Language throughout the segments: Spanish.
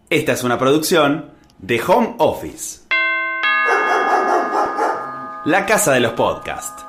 Esta es una producción de Home Office, la casa de los podcasts.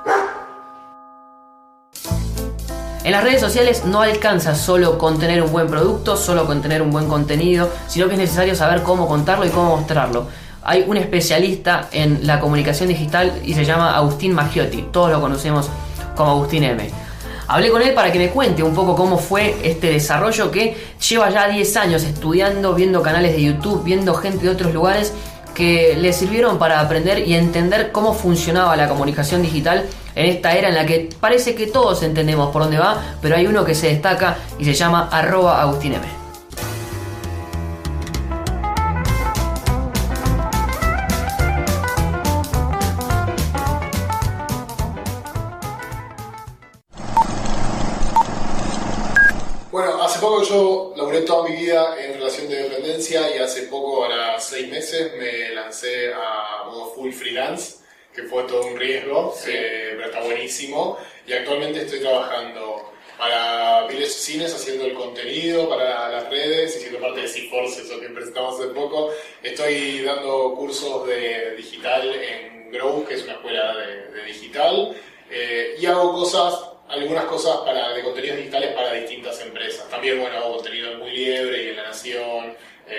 En las redes sociales no alcanza solo con tener un buen producto, solo con tener un buen contenido, sino que es necesario saber cómo contarlo y cómo mostrarlo. Hay un especialista en la comunicación digital y se llama Agustín Maggiotti, todos lo conocemos como Agustín M. Hablé con él para que me cuente un poco cómo fue este desarrollo que lleva ya 10 años estudiando, viendo canales de YouTube, viendo gente de otros lugares que le sirvieron para aprender y entender cómo funcionaba la comunicación digital en esta era en la que parece que todos entendemos por dónde va, pero hay uno que se destaca y se llama @AgustinM. Bueno, hace poco yo laburé toda mi vida en relación de dependencia y hace poco, ahora 6 meses, me lancé a modo full freelance, que fue todo un riesgo, sí. Pero está buenísimo. Y actualmente estoy trabajando para Village Cines haciendo el contenido para las redes y siendo parte de C-Force, eso que presentamos hace poco. Estoy dando cursos de digital en Grow, que es una escuela de digital, y hago algunas cosas de contenidos digitales para distintas empresas. También, bueno, hago contenido en Muy Liebre y en La Nación,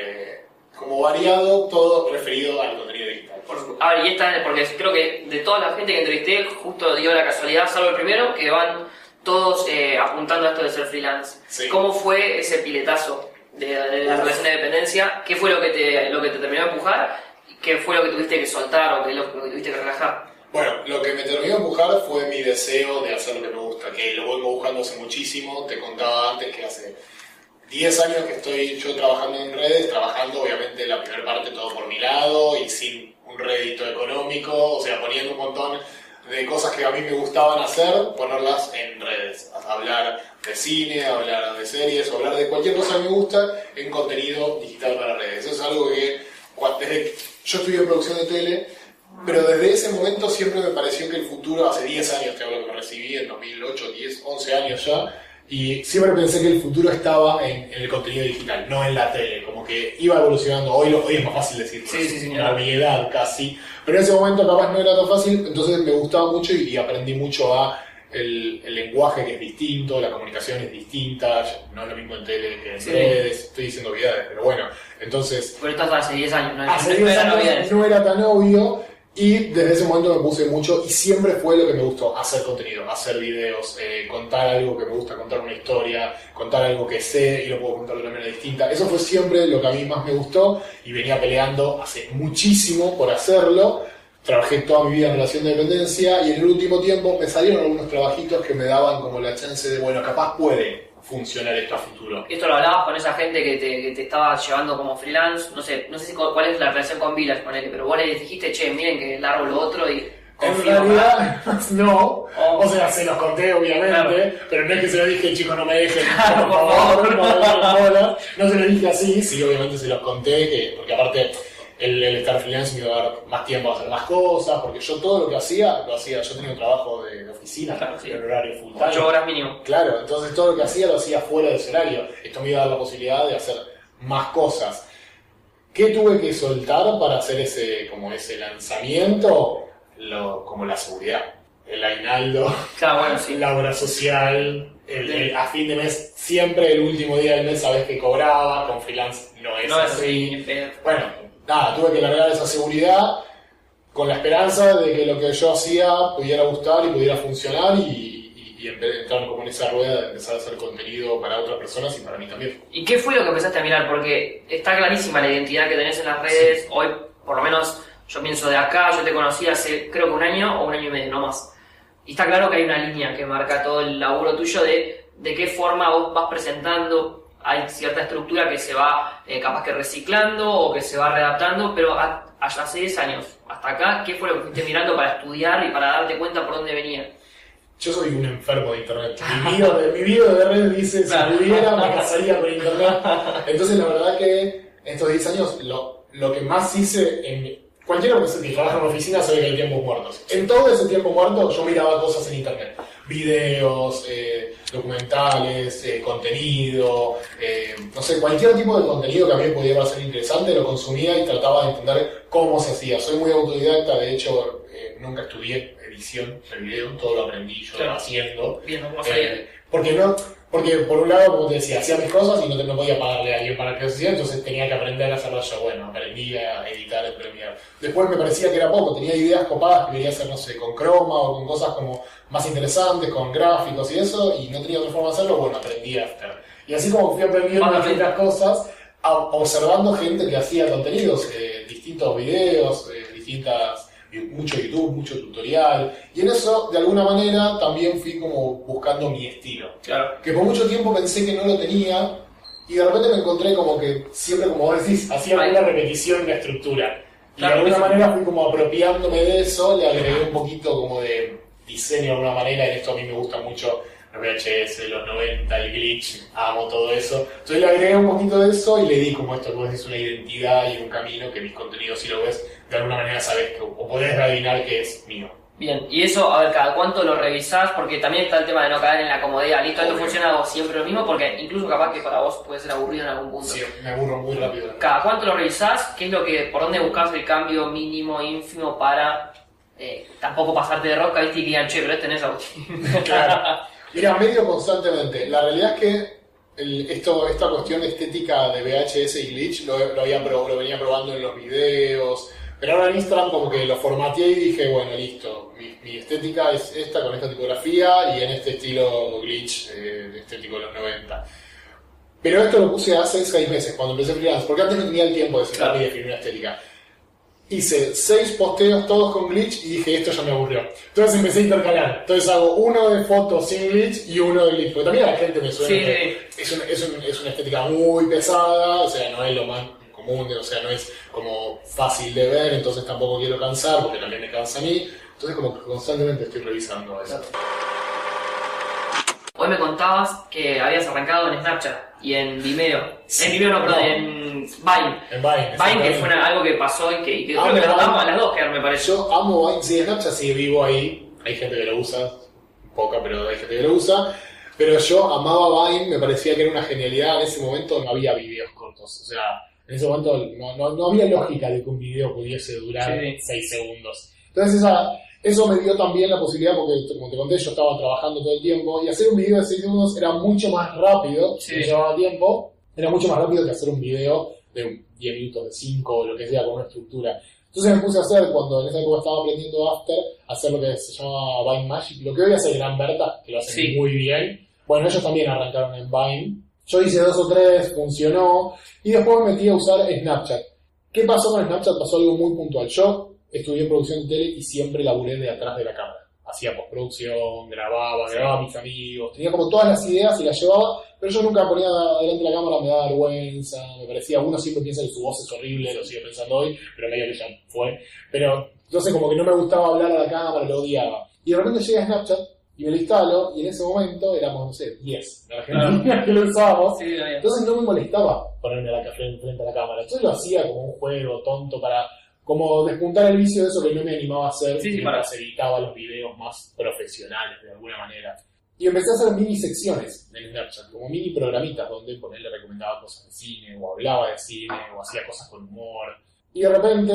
como variado, todo referido al contenido digital. A ver, y esta, porque creo que de toda la gente que entrevisté, justo dio la casualidad, salvo el primero, que van todos apuntando a esto de ser freelance. Sí. ¿Cómo fue ese piletazo de la relación de dependencia? ¿Qué fue lo que te terminó de empujar? ¿Qué fue lo que tuviste que soltar o lo que tuviste que relajar? Bueno, lo que me terminó de empujar fue mi deseo de hacer lo que me gusta, que lo vengo buscando hace muchísimo. Te contaba antes que hace 10 años que estoy yo trabajando en redes, trabajando obviamente la primera parte todo por mi lado y sin un rédito económico, o sea, poniendo un montón de cosas que a mí me gustaban hacer, ponerlas en redes. Hablar de cine, hablar de series, hablar de cualquier cosa que me gusta en contenido digital para redes. Eso es algo que desde yo estudié producción de tele, pero desde ese momento siempre me pareció que el futuro, hace 10 años te hablo que me recibí, en 2008, 10, 11 años ya, y siempre pensé que el futuro estaba en el contenido digital, no en la tele, como que iba evolucionando. Hoy es más fácil decirlo, sí, una habilidad casi, pero en ese momento capaz no era tan fácil, entonces me gustaba mucho y aprendí mucho el lenguaje que es distinto, la comunicación es distinta, no es lo mismo en tele que en redes, estoy diciendo obviedades, pero bueno, entonces... Pero esto hace 10 años, ¿no? Hace 10 años no era tan obvio. Y desde ese momento me puse mucho y siempre fue lo que me gustó, hacer contenido, hacer videos, contar algo que me gusta, contar una historia, contar algo que sé y lo puedo contar de una manera distinta. Eso fue siempre lo que a mí más me gustó y venía peleando hace muchísimo por hacerlo. Trabajé toda mi vida en relación de dependencia y en el último tiempo me salieron algunos trabajitos que me daban como la chance de, bueno, capaz puede funcionar esto a futuro. ¿Esto lo hablabas con esa gente que te estaba llevando como freelance? No sé si cuál es la relación con Village, ponele, pero vos le dijiste, che, miren que largo lo otro y... En realidad, no. O sea, se los conté, obviamente, claro. Pero no es que se lo dije, chicos, no me dejen, por favor, no se lo dije así. Sí, obviamente se los conté, porque aparte el estar freelance me iba a dar más tiempo a hacer más cosas, porque yo todo lo que hacía, yo tenía un trabajo de oficina, claro, sí. En horario full time. 8 horas mínimo. Claro, entonces todo lo que hacía lo hacía fuera de ese horario. Esto me iba a dar la posibilidad de hacer más cosas. ¿Qué tuve que soltar para hacer ese lanzamiento? Como la seguridad, el aguinaldo, claro, bueno, sí. La obra social, a fin de mes, siempre el último día del mes sabes que cobraba, con freelance no es así. Bueno, nada, tuve que largar esa seguridad con la esperanza de que lo que yo hacía pudiera gustar y pudiera funcionar y entrar como en esa rueda de empezar a hacer contenido para otras personas y para mí también. ¿Y qué fue lo que empezaste a mirar? Porque está clarísima la identidad que tenés en las redes, sí. Hoy por lo menos... Yo pienso de acá, yo te conocí hace creo que 1 año o 1 año y medio, no más. Y está claro que hay una línea que marca todo el laburo tuyo de qué forma vos vas presentando. Hay cierta estructura que se va capaz que reciclando o que se va readaptando, pero hace 10 años hasta acá, ¿qué fue lo que fuiste mirando para estudiar y para darte cuenta por dónde venía? Yo soy un enfermo de internet. Mi video de red dice, si pudiera me casaría con internet. Entonces la verdad que en estos 10 años lo que más hice cualquiera que trabaja en una oficina sabe que hay tiempos muertos. En todo ese tiempo muerto yo miraba cosas en internet. videos, documentales, contenido, no sé, cualquier tipo de contenido que a mí me pudiera ser interesante, lo consumía y trataba de entender cómo se hacía. Soy muy autodidacta, de hecho, nunca estudié edición de video, todo lo aprendí yo haciendo. Bien, Porque por un lado, como te decía, hacía mis cosas y no podía pagarle a alguien para que lo hacía, entonces tenía que aprender a hacerlo yo. Bueno, aprendí a editar el Premiere. Después me parecía que era poco, tenía ideas copadas que quería hacer, no sé, con croma o con cosas como más interesantes, con gráficos y eso, y no tenía otra forma de hacerlo, bueno, aprendí After. Y así como fui aprendiendo distintas cosas, observando gente que hacía contenidos, distintos videos, mucho YouTube, mucho tutorial, y en eso, de alguna manera, también fui como buscando mi estilo. Claro. Que por mucho tiempo pensé que no lo tenía, y de repente me encontré como que siempre, como vos decís, hacía una repetición en la estructura. Y claro, de alguna manera fui como apropiándome de eso, le agregué un poquito como de diseño de alguna manera, en esto a mí me gusta mucho los VHS, los 90, el glitch, amo todo eso. Entonces le agregué un poquito de eso y le di como esto que vos decís, una identidad y un camino que mis contenidos, si lo ves, de alguna manera sabes que, o podés adivinar que es mío. Bien, y eso, a ver, ¿cada cuánto lo revisás? Porque también está el tema de no caer en la comodidad. Listo, esto funciona vos siempre lo mismo, porque incluso capaz que para vos puede ser aburrido en algún punto. Sí, me aburro muy rápido. ¿Cada cuánto lo revisás? ¿Qué es lo que, por dónde buscás el cambio mínimo, ínfimo para tampoco pasarte de rosca, viste, y que digan, che, pero este no es Agustín? Claro. Mira, medio constantemente. La realidad es que esta cuestión estética de VHS y glitch lo venía probando en los videos, pero ahora en Instagram como que lo formateé y dije, bueno, listo, mi estética es esta con esta tipografía y en este estilo glitch estético de los 90. Pero esto lo puse hace 6 meses, cuando empecé freelance, porque antes no tenía el tiempo de sentarme y definir una estética. Hice 6 posteos todos con glitch y dije, esto ya me aburrió. Entonces empecé a intercalar. Entonces hago uno de fotos sin glitch y uno de glitch. Porque también a la gente me suena que es una estética muy pesada, o sea, no es lo más común, o sea, no es como fácil de ver, entonces tampoco quiero cansar, porque también me cansa a mí. Entonces como que constantemente estoy revisando eso. Hoy me contabas que habías arrancado en Snapchat y en Vimeo. Sí, en Vimeo no, perdón, en Vine. En Vine. Vine, que fue algo que pasó y que creo que nos damos a las dos, que me parece. Yo amo Vine, sí, Snapchat sí, vivo ahí. Hay gente que lo usa, poca, pero hay gente que lo usa. Pero yo amaba Vine, me parecía que era una genialidad. En ese momento no había videos cortos. O sea, en ese momento no había lógica de que un video pudiese durar 6 segundos. Entonces eso me dio también la posibilidad, porque como te conté, yo estaba trabajando todo el tiempo, y hacer un video de 6 segundos era mucho más rápido, me llevaba tiempo, era mucho más rápido que hacer un video de 10 minutos, de 5 o lo que sea, con una estructura. Entonces me puse a hacer, cuando en esa época estaba aprendiendo After, hacer lo que se llama Vine Magic, lo que hoy hace Gran Berta, que lo hacen muy bien. Bueno, ellos también arrancaron en Vine. Yo hice 2 o 3, funcionó, y después me metí a usar Snapchat. ¿Qué pasó con Snapchat? Pasó algo muy puntual. Yo estudié producción de tele y siempre laburé de atrás de la cámara. Hacía postproducción, grababa a mis amigos, tenía como todas las ideas y las llevaba, pero yo nunca ponía delante de la cámara, me daba vergüenza, me parecía, uno siempre piensa que su voz es horrible, lo sigue pensando hoy, pero medio que ya fue. Pero entonces como que no me gustaba hablar a la cámara, lo odiaba. Y de repente llega Snapchat y me lo instalo, y en ese momento éramos, no sé, 10 de Argentina que lo usábamos. Sí, entonces no me molestaba ponerme frente a la cámara. Entonces lo hacía como un juego tonto para como despuntar el vicio de eso que no me animaba a hacer mientras editaba los videos más profesionales de alguna manera. Y empecé a hacer mini secciones en Snapchat, como mini programitas donde le recomendaba cosas de cine, o hablaba de cine, o hacía cosas con humor. Y de repente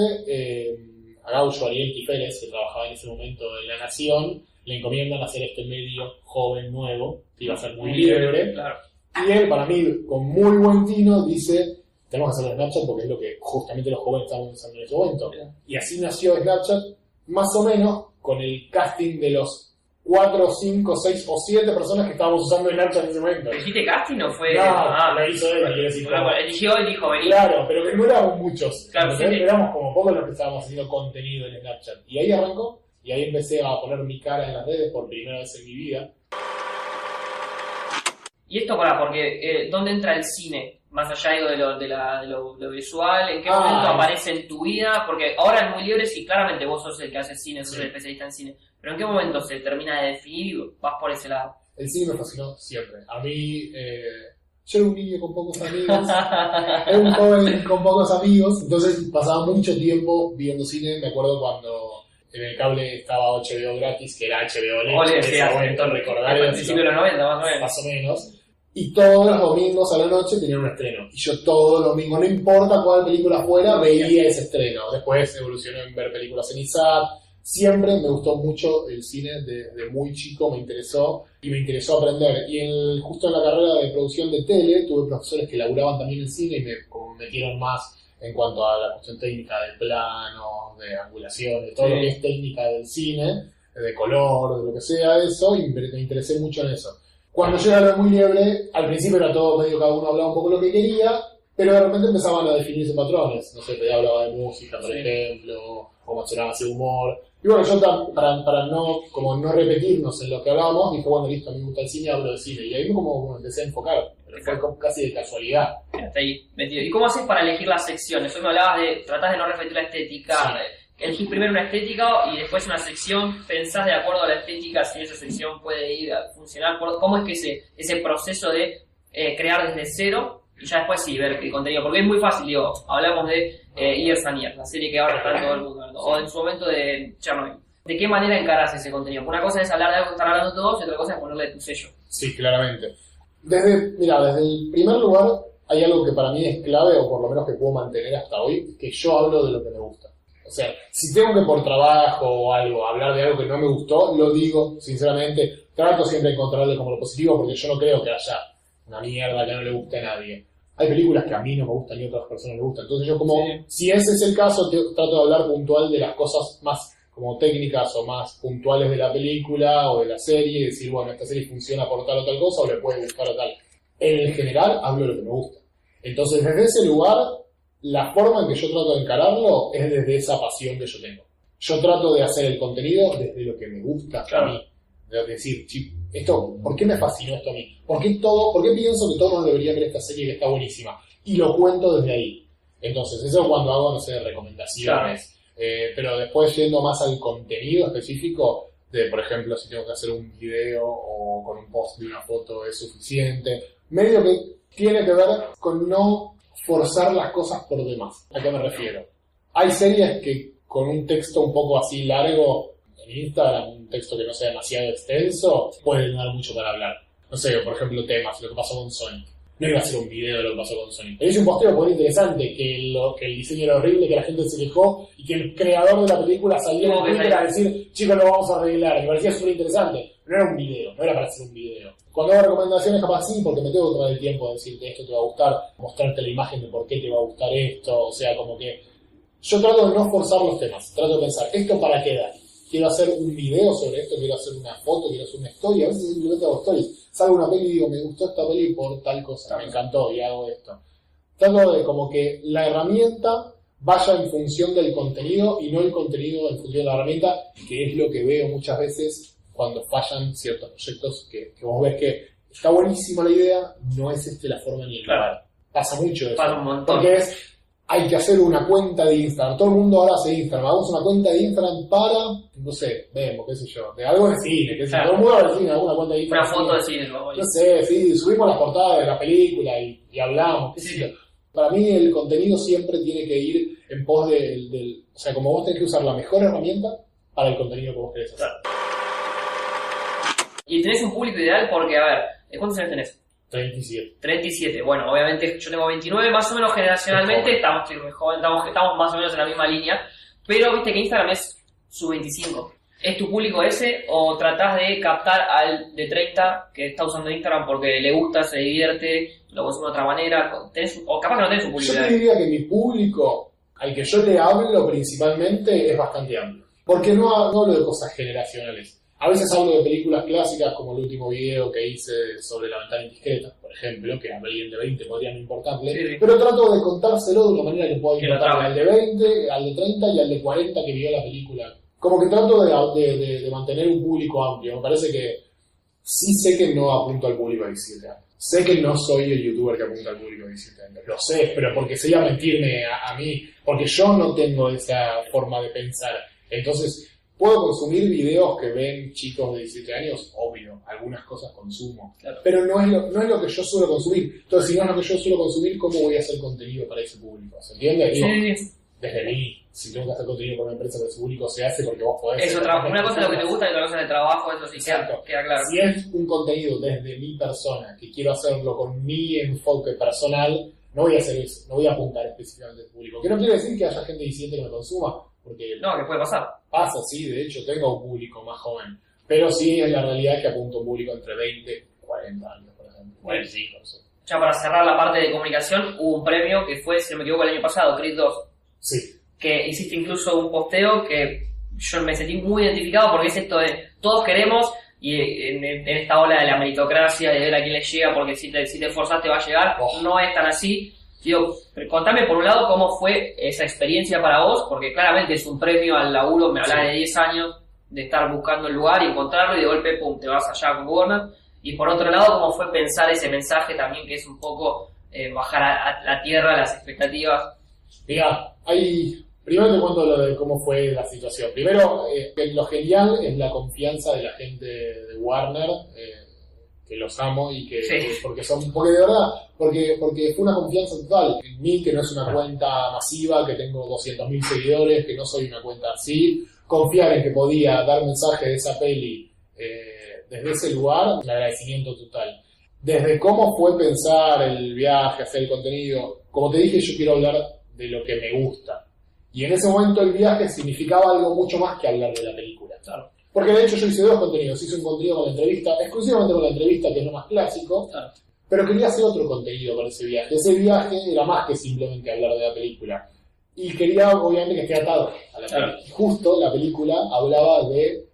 a Gaucho Ariel Tiférez, que trabajaba en ese momento en La Nación, le encomiendan hacer este medio joven, nuevo, que iba a ser muy libre. Claro. Y él, para mí, con muy buen tino, dice: tenemos que hacerlo en Snapchat porque es lo que justamente los jóvenes estaban usando en ese momento. Y así nació Snapchat, más o menos con el casting de los 4, 5, 6 o 7 personas que estábamos usando Snapchat en ese momento. ¿Dijiste casting o fue...? No, lo hizo él, quiero decir. Eligió y dijo, vení. Claro, pero que no éramos muchos. Claro, éramos como pocos los que estábamos haciendo contenido en Snapchat. Y ahí arrancó, y ahí empecé a poner mi cara en las redes por primera vez en mi vida. Y esto porque ¿dónde entra el cine? Más allá de lo visual, ¿en qué momento aparece en tu vida? Porque ahora es muy libre, sí, claramente vos sos el que hace cine, sos el especialista en cine, pero ¿en qué momento se termina de definir y vas por ese lado? El cine me fascinó siempre. A mí, yo era un niño con pocos amigos, era un joven con pocos amigos, entonces pasaba mucho tiempo viendo cine. Me acuerdo cuando en el cable estaba HBO gratis, que era HBO Leche. Ole, en sí, ese hace momento, recordar. al principio de los 90, más o menos. Más o menos. Y todos los domingos a la noche tenían un estreno. Y yo todos los domingos, no importa cuál película fuera, veía ese estreno. Después evolucionó en ver películas en ISAT. Siempre me gustó mucho el cine, desde muy chico me interesó y me interesó aprender. Y justo en la carrera de producción de tele tuve profesores que laburaban también en cine y me metieron más en cuanto a la cuestión técnica de planos, de angulación, de todo lo que es técnica del cine, de color, de lo que sea eso, y me interesé mucho en eso. Cuando yo era muy liebre, al principio era todo medio, cada uno hablaba un poco lo que quería, pero de repente empezaban a definirse patrones. No sé, te hablaba de música, por ejemplo, o mencionaba ese humor. Y bueno, yo para no repetirnos en lo que hablábamos, dije, bueno, listo, a mí me gusta el cine, hablo de cine. Y ahí como empecé a enfocar, pero fue casi de casualidad. Está ahí metido. ¿Y cómo haces para elegir las secciones? Hoy me hablabas de, tratás de no repetir la estética, elegís primero una estética y después una sección, pensás de acuerdo a la estética si esa sección puede ir a funcionar. ¿Cómo es que ese proceso de crear desde cero y ya después sí ver el contenido? Porque es muy fácil, digo, hablamos de Years and Years, la serie que ahora está en todo el mundo, ¿no? O en su momento de Chernobyl. ¿De qué manera encarás ese contenido? Una cosa es hablar de algo que están hablando todos y otra cosa es ponerle tu sello. Sí, claramente. Desde el primer lugar hay algo que para mí es clave, o por lo menos que puedo mantener hasta hoy, que yo hablo de lo que me gusta. O sea, si tengo que por trabajo o algo hablar de algo que no me gustó, lo digo, sinceramente. Trato siempre de encontrarle como lo positivo, porque yo no creo que haya una mierda que no le guste a nadie. Hay películas que a mí no me gustan y a otras personas les gustan. Entonces yo si ese es el caso, trato de hablar puntual de las cosas más como técnicas o más puntuales de la película o de la serie, y decir, bueno, esta serie funciona por tal o tal cosa o le puede gustar o tal. En general, hablo de lo que me gusta. Entonces, desde ese lugar, la forma en que yo trato de encararlo es desde esa pasión que yo tengo. Yo trato de hacer el contenido desde lo que me gusta a mí. De decir, ¿por qué me fascinó esto a mí? ¿Por qué pienso que todos deberían ver esta serie que está buenísima? Y lo cuento desde ahí. Entonces, eso es cuando hago, no sé, recomendaciones. Pero después yendo más al contenido específico, por ejemplo, si tengo que hacer un video o con un post de una foto es suficiente. Medio que tiene que ver con no forzar las cosas por demás. ¿A qué me refiero? Hay series que con un texto un poco así largo en Instagram, un texto que no sea demasiado extenso, pueden dar mucho para hablar. No sé, por ejemplo, temas, lo que pasó con Sonic. No iba a hacer un video de lo que pasó con Sonic. Hice un posteo muy interesante, que el diseño era horrible, que la gente se quejó y que el creador de la película salió en Twitter a decir, chicos, lo vamos a arreglar. Me parecía súper interesante. No era un video, no era para hacer un video. Cuando hago recomendaciones, capaz sí, porque me tengo que tomar el tiempo de decirte esto te va a gustar, mostrarte la imagen de por qué te va a gustar esto. O sea, como que yo trato de no forzar los temas. Trato de pensar, ¿esto para qué da? Quiero hacer un video sobre esto, quiero hacer una foto, quiero hacer una story. A veces simplemente hago stories. Salgo una peli y digo, me gustó esta peli por tal cosa, me encantó y hago esto. Trato de como que la herramienta vaya en función del contenido y no el contenido en función de la herramienta, que es lo que veo muchas veces cuando fallan ciertos proyectos que vos ves que está buenísima la idea, no es la forma ni el lugar. Pasa mucho eso. Pasa un montón. Porque hay que hacer una cuenta de Instagram. Todo el mundo ahora hace Instagram. Hagamos una cuenta de Instagram para, no sé, vemos, qué sé yo, de algo de cine, qué sé yo. Todo el mundo habla de cine, alguna cuenta de Instagram. Una foto de cine, ¿no? No sé, sí, subimos las portadas de la película y hablamos, qué sé yo. Para mí el contenido siempre tiene que ir en pos del... O sea, como vos tenés que usar la mejor herramienta para el contenido que vos querés hacer. Y tenés un público ideal porque, a ver, ¿cuántos años tenés? 37. 37, bueno, obviamente yo tengo 29, más o menos generacionalmente, estamos más o menos en la misma línea, pero viste que Instagram es su 25. ¿Es tu público ese o tratás de captar al de 30 que está usando Instagram porque le gusta, se divierte, lo consume de otra manera? O capaz que no tenés un público. Yo te diría que mi público, al que yo le hablo principalmente, es bastante amplio. Porque no hablo de cosas generacionales. A veces hablo de películas clásicas como el último video que hice sobre La Ventana Indiscreta, por ejemplo, que a alguien de 20 podría no importarle, sí. Pero trato de contárselo de una manera que pueda importarle al de 20, al de 30 y al de 40 que vio la película. Como que trato de mantener un público amplio. Me parece que sí sé que no apunto al público de 17 años. Sé que no soy el youtuber que apunta al público de 17 años. Lo sé, pero porque sería mentirme a mí, porque yo no tengo esa forma de pensar. Entonces, ¿puedo consumir videos que ven chicos de 17 años? Obvio, algunas cosas consumo. Claro. Pero no es lo que yo suelo consumir. Entonces, si no es lo que yo suelo consumir, ¿cómo voy a hacer contenido para ese público? ¿Se entiende? Digo, sí. desde mí, si tengo que hacer contenido con una empresa de su público, se hace porque vos podés. Eso, una cosa es lo que te gusta y otra cosa es el trabajo, eso sí queda claro. Si es un contenido desde mi persona, que quiero hacerlo con mi enfoque personal, no voy a hacer eso, no voy a apuntar específicamente al público. Que no quiere decir que haya gente disidente que me consuma, porque no, que puede pasar. Pasa, sí, de hecho tengo un público más joven, pero sí es la realidad que apunto a un público entre 20 y 40 años, por ejemplo. 45, no sé. Ya para cerrar la parte de comunicación, hubo un premio que fue, si no me equivoco, el año pasado, Creed 2. Sí. Que hiciste incluso un posteo que yo me sentí muy identificado porque es esto de todos queremos y en esta ola de la meritocracia, de ver a quién le llega porque si te esforzás te va a llegar, no es tan así. Digo, contame por un lado cómo fue esa experiencia para vos, porque claramente es un premio al laburo, me hablaba de 10 años de estar buscando el lugar y encontrarlo y de golpe, pum, te vas allá con Warner. Y por otro lado, cómo fue pensar ese mensaje también que es un poco bajar a la tierra las expectativas. Mirá, primero te cuento lo de cómo fue la situación. Primero, lo genial es la confianza de la gente de Warner, que los amo y que porque de verdad, porque fue una confianza total en mí, que no es una cuenta masiva, que tengo 200.000 seguidores, que no soy una cuenta así. Confiar en que podía dar mensaje de esa peli desde ese lugar, un agradecimiento total. Desde cómo fue pensar el viaje, hacer el contenido, como te dije, yo quiero hablar de lo que me gusta. Y en ese momento el viaje significaba algo mucho más que hablar de la película. Claro. Porque de hecho yo hice dos contenidos. Hice un contenido con la entrevista, exclusivamente con la entrevista, que es lo más clásico. Claro. Pero quería hacer otro contenido con ese viaje. Ese viaje era más que simplemente hablar de la película. Y quería, obviamente, que esté atado a la película. Y justo la película hablaba de...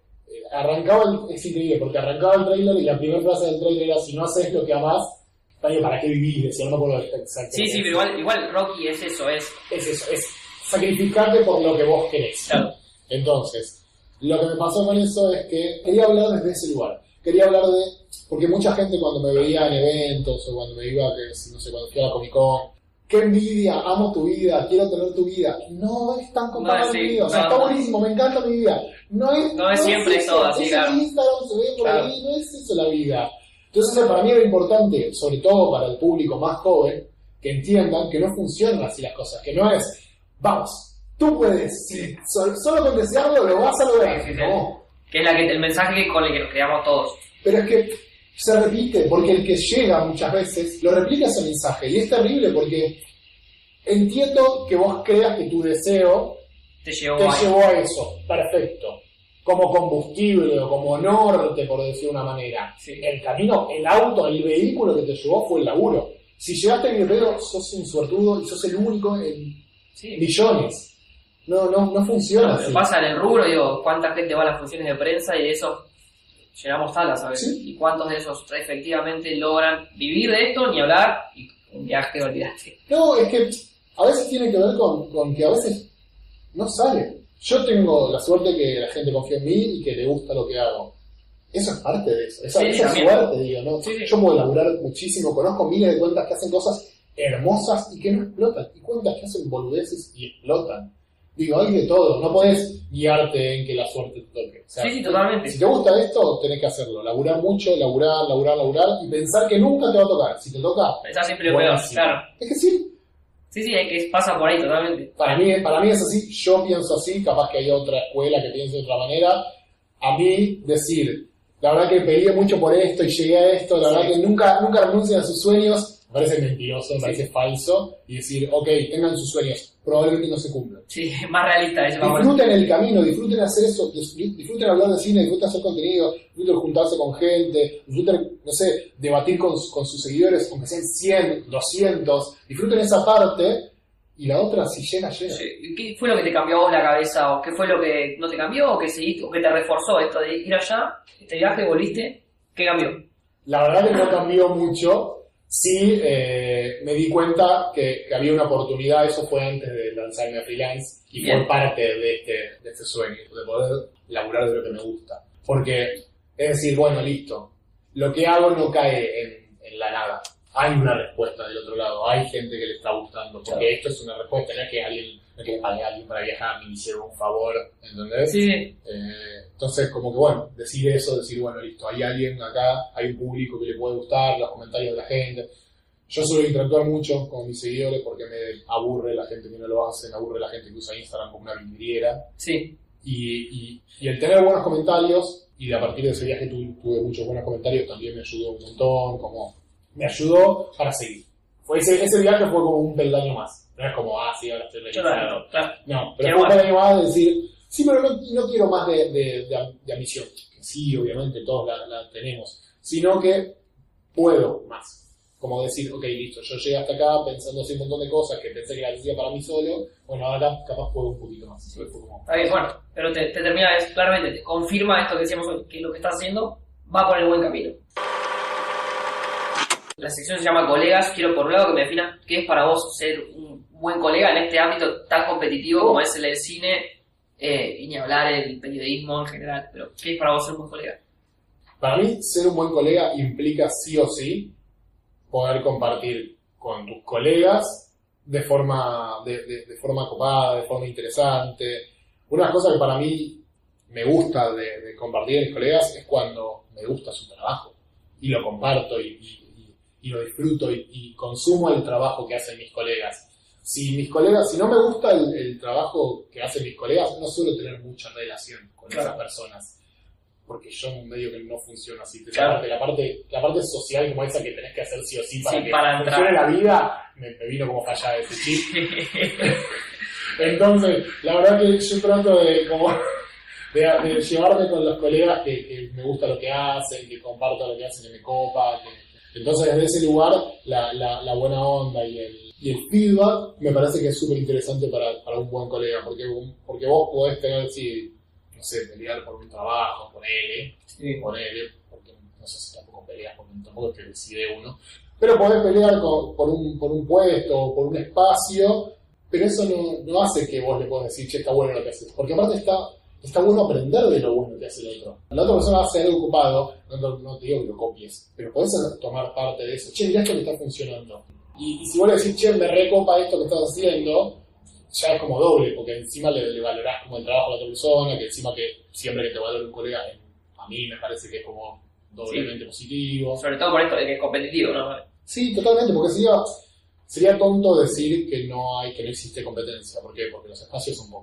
es increíble, porque arrancaba el trailer y la primera frase del trailer era: si no haces lo que amás, ¿para qué vivís? Decía, no me acuerdo exactamente. Sí, pero igual Rocky es eso, es eso, es sacrificarte por lo que vos querés. Claro. Entonces, lo que me pasó con eso es que quería hablar desde ese lugar. Quería hablar de... Porque mucha gente cuando me veía en eventos o cuando me iba, no sé, cuando fui a la Comic Con, qué envidia, amo tu vida, quiero tener tu vida. No es tan comparable mi vida. O sea, está buenísimo, me encanta mi vida. No es siempre eso, todo así, claro. En Instagram se ve por ahí, no es eso la vida. Entonces, para mí era importante, sobre todo para el público más joven, que entiendan que no funcionan así las cosas, que no es, vamos, tú puedes, si solo con desearlo lo vas a lograr. Sí, no. Que es el mensaje con el que nos creamos todos. Pero es que se repite, porque el que llega muchas veces lo replica ese mensaje, y es terrible porque entiendo que vos creas que tu deseo te llevó a eso, perfecto, como combustible o como norte, por decir de una manera. Sí. El camino, el auto, el vehículo que te llevó fue el laburo. Si llegaste a videojuego, sos un suertudo y sos el único en millones. No funciona así. Pasa en el rubro, digo, cuánta gente va a las funciones de prensa y de eso llegamos talas, ¿sabes? ¿Sí? Y cuántos de esos efectivamente logran vivir de esto, ni hablar, y un viaje, olvidaste. No, es que a veces tiene que ver con que a veces no sale. Yo tengo la suerte que la gente confía en mí y que le gusta lo que hago. Eso es parte de eso. Esa es suerte, digo, ¿no? Sí. Yo puedo laburar muchísimo, conozco miles de cuentas que hacen cosas hermosas y que no explotan. Y cuentas que hacen boludeces y explotan. Digo, hay de todo. No podés guiarte en que la suerte te toque. O sea, sí, totalmente. Si te gusta esto, tenés que hacerlo. Laburar mucho, laburar y pensar que nunca te va a tocar. Si te toca, pensar siempre lo peor, claro. Es que sí. Sí, es que pasa por ahí totalmente. Para mí es así, yo pienso así, capaz que hay otra escuela que piense de otra manera. A mí, decir, la verdad que peleé mucho por esto y llegué a esto, la verdad que nunca renuncien a sus sueños, me parece mentiroso, me parece falso. Y decir, ok, tengan sus sueños, probablemente no se cumplan. Sí, más realista. Disfruten el camino, disfruten hacer eso, disfruten hablar de cine, disfruten hacer contenido, disfruten juntarse con gente, disfruten, no sé, debatir con sus seguidores, aunque sean 100, 200, disfruten esa parte. Y la otra, si llega. Sí. ¿Qué fue lo que te cambió a vos la cabeza? ¿O qué fue lo que no te cambió? ¿O qué seguiste? ¿O qué te reforzó esto de ir allá? Este viaje, volviste. ¿Qué cambió? La verdad que no cambió mucho. Sí, me di cuenta que había una oportunidad. Eso fue antes de lanzarme a freelance. Y fue parte de este sueño, de poder laburar de lo que me gusta. Porque, es decir, bueno, listo. Lo que hago no cae en la nada. Hay una respuesta del otro lado, hay gente que le está gustando, porque claro, esto es una respuesta, no es que le pague a alguien para viajar, me hicieron un favor, ¿entendés? Sí. Entonces, como que bueno, decir, bueno, listo, hay alguien acá, hay un público que le puede gustar, los comentarios de la gente, Yo suelo interactuar mucho con mis seguidores porque me aburre la gente que no lo hace, me aburre la gente que usa Instagram como una vidriera. Sí. Y el tener buenos comentarios, y a partir de ese viaje tuve muchos buenos comentarios, también me ayudó un montón, como me ayudó para seguir. Ese viaje fue como un peldaño más. No es como, sí, ahora estoy realizando. Claro. No, pero fue un peldaño más de decir, sí, pero no quiero más de ambición. Que sí, obviamente, todos la tenemos. Sino que puedo más. Como decir, ok, listo, yo llegué hasta acá pensando así un montón de cosas que pensé que la hacía para mí solo. Bueno, ahora capaz puedo un poquito más. Fue como... Está bien, bueno, pero te termina, claramente, te confirma esto que decíamos hoy, que lo que estás haciendo va por el buen camino. La sección se llama Colegas. Quiero por un lado que me definas qué es para vos ser un buen colega en este ámbito tan competitivo como es el del cine, y ni hablar el periodismo en general, pero ¿qué es para vos ser un buen colega? Para mí, ser un buen colega implica sí o sí poder compartir con tus colegas de forma copada, de forma interesante. Una cosa que para mí me gusta de compartir con mis colegas es cuando me gusta su trabajo y lo comparto y lo disfruto y consumo el trabajo que hacen mis colegas. Si no me gusta el trabajo que hacen mis colegas, no suelo tener mucha relación con esas personas. Porque yo medio que no funciona así. Claro. La parte social como esa que tenés que hacer sí o sí para que para funcione la vida, me vino como fallada ese chip. Entonces, la verdad que yo trato de llevarme con los colegas que me gusta lo que hacen, que comparto lo que hacen, que me copa. Entonces, desde ese lugar, la buena onda y el feedback me parece que es súper interesante para un buen colega. Porque vos podés tener, no sé, pelear por un trabajo, ponele, porque no sé si tampoco peleas, porque tampoco es que decide uno, pero podés pelear por un puesto o por un espacio, pero eso no hace que vos le puedas decir, che, está bueno lo que haces, porque aparte está bueno aprender de lo bueno que hace el otro. La otra persona hace algo ocupado, no te digo que lo copies, pero podés tomar parte de eso, che, mirá esto que está funcionando. Y si vos le decís, che, me recopa esto que estás haciendo, ya es como doble, porque encima le valorás como el trabajo de la otra persona, que encima que siempre que te valore un colega, a mí me parece que es como doblemente positivo. Sobre todo por esto de que es competitivo, ¿no? Sí, totalmente, porque sería tonto decir que no existe competencia. ¿Por qué? Porque los espacios son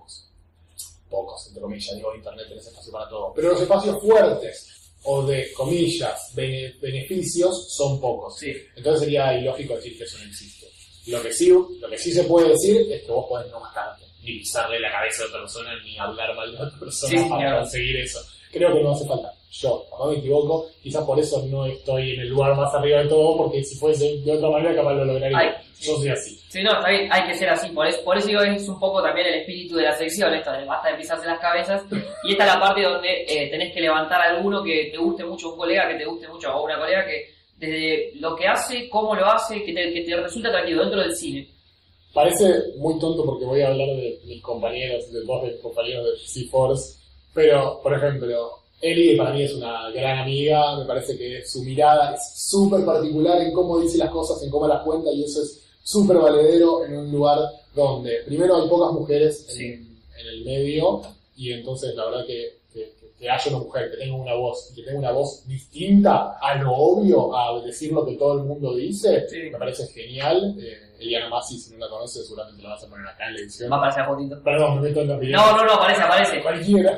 pocos, entre comillas, digo, internet tenés espacio para todo, pero los espacios fuertes o de comillas beneficios son pocos. Sí. Entonces sería ilógico decir que eso no existe. Lo que sí se puede decir es que vos podés no matarte, ni pisarle la cabeza a otra persona, ni hablar mal de otra persona para conseguir eso. Creo que no hace falta. Yo, capaz me equivoco, quizás por eso no estoy en el lugar más arriba de todo, porque si fuese de otra manera capaz lo lograría. Yo soy así. Sí, no, está bien, hay que ser así. Por eso digo, es un poco también el espíritu de la sección, esto de basta de pisarse las cabezas. Y esta es la parte donde tenés que levantar a alguno que te guste mucho, un colega que te guste mucho, o una colega que desde lo que hace, cómo lo hace, que te resulta atractivo dentro del cine. Parece muy tonto porque voy a hablar de mis compañeros, de dos de mis compañeros de C-Force, pero, por ejemplo, Eli para mí es una gran amiga, me parece que su mirada es súper particular en cómo dice las cosas, en cómo las cuenta, y eso es súper valedero en un lugar donde, primero, hay pocas mujeres en el medio, y entonces la verdad que haya una mujer que tenga una voz distinta a lo obvio, a decir lo que todo el mundo dice, me parece genial. Eliana Massi, si no la conoces, seguramente la vas a poner acá en la edición. Va a aparecer a fotito. Perdón, me meto en la videos. No, aparece. Cualquiera.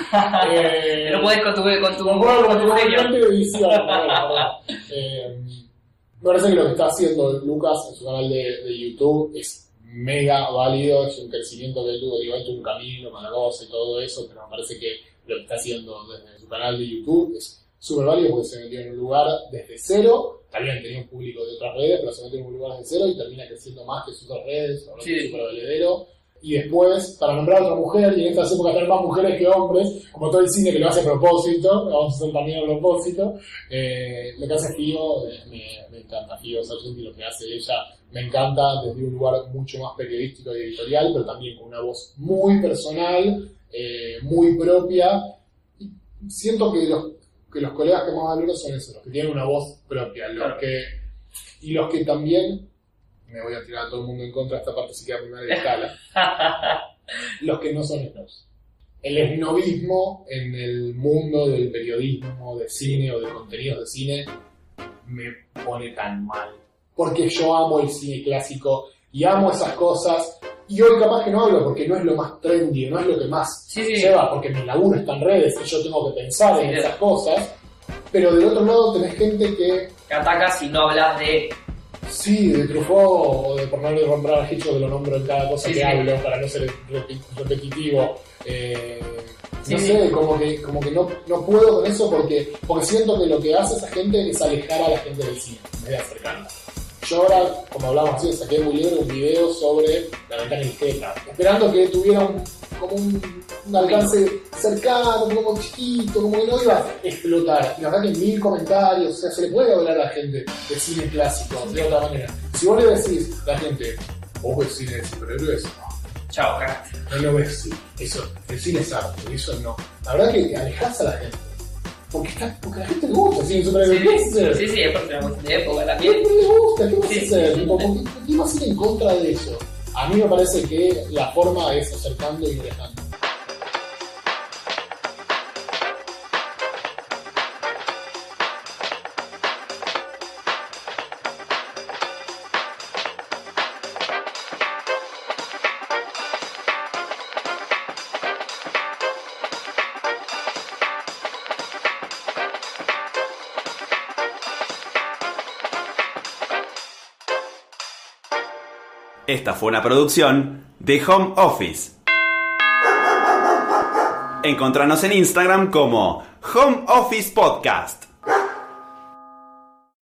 No puedes con tu genio. Me parece que lo que está haciendo Lucas en su canal de YouTube es mega válido, es un crecimiento que él tuvo, digo, un camino, Maragoza y todo eso, pero me parece que lo que está haciendo desde su canal de YouTube es súper válido porque se metió en un lugar desde cero, también tenía un público de otras redes, pero se metió en un lugar desde cero y termina creciendo más que sus otras redes, ahora es súper valedero. Y después, para nombrar a otra mujer, y en estas épocas tener más mujeres que hombres, como todo el cine que lo hace a propósito, vamos a hacer también a propósito, lo que hace Fío, me encanta Fío Sargenti, lo que hace ella, me encanta desde un lugar mucho más periodístico y editorial, pero también con una voz muy personal, muy propia. Y siento que los colegas que más valoro son esos, los que tienen una voz propia, los que también, me voy a tirar a todo el mundo en contra, esta parte sí queda muy mal de escala, los que no son snobs. El esnobismo en el mundo del periodismo, de cine o de contenidos de cine me pone tan mal. porque yo amo el cine clásico y amo esas cosas. Y hoy capaz que no hablo porque no es lo más trendy, no es lo que más lleva, porque mi laburo está en redes y yo tengo que pensar en esas cosas. Pero del otro lado tenés gente que ataca si no hablas de... Sí, de Truffaut o de por no nombrar a Hitchcock, que lo nombro en cada cosa que hablo para no ser repetitivo. No sé, como que no puedo con eso porque siento que lo que hace esa gente es alejar a la gente del cine, en vez de acercarla. Yo ahora, como hablamos así, saqué muy libre un video sobre La Ventana Indiscreta, esperando que tuviera un alcance cercano, como chiquito, como que no iba a explotar. Y la verdad que 1000 comentarios, o sea, se le puede hablar a la gente de cine clásico de otra manera. Si vos le decís a la gente, vos ves cine de superhéroes, chao, cagaste. no lo ves, eso, el cine es arte, eso no. La verdad que alejás a la gente. Porque a la gente le gusta el cine superhéroes. Sí, es porque era de época también. ¿Qué le gusta? ¿Qué vas a hacer? ¿Qué vas a ir en contra de eso? A mí me parece que la forma es acercando y alejando. Esta fue una producción de Home Office. Encontranos en Instagram como Home Office Podcast.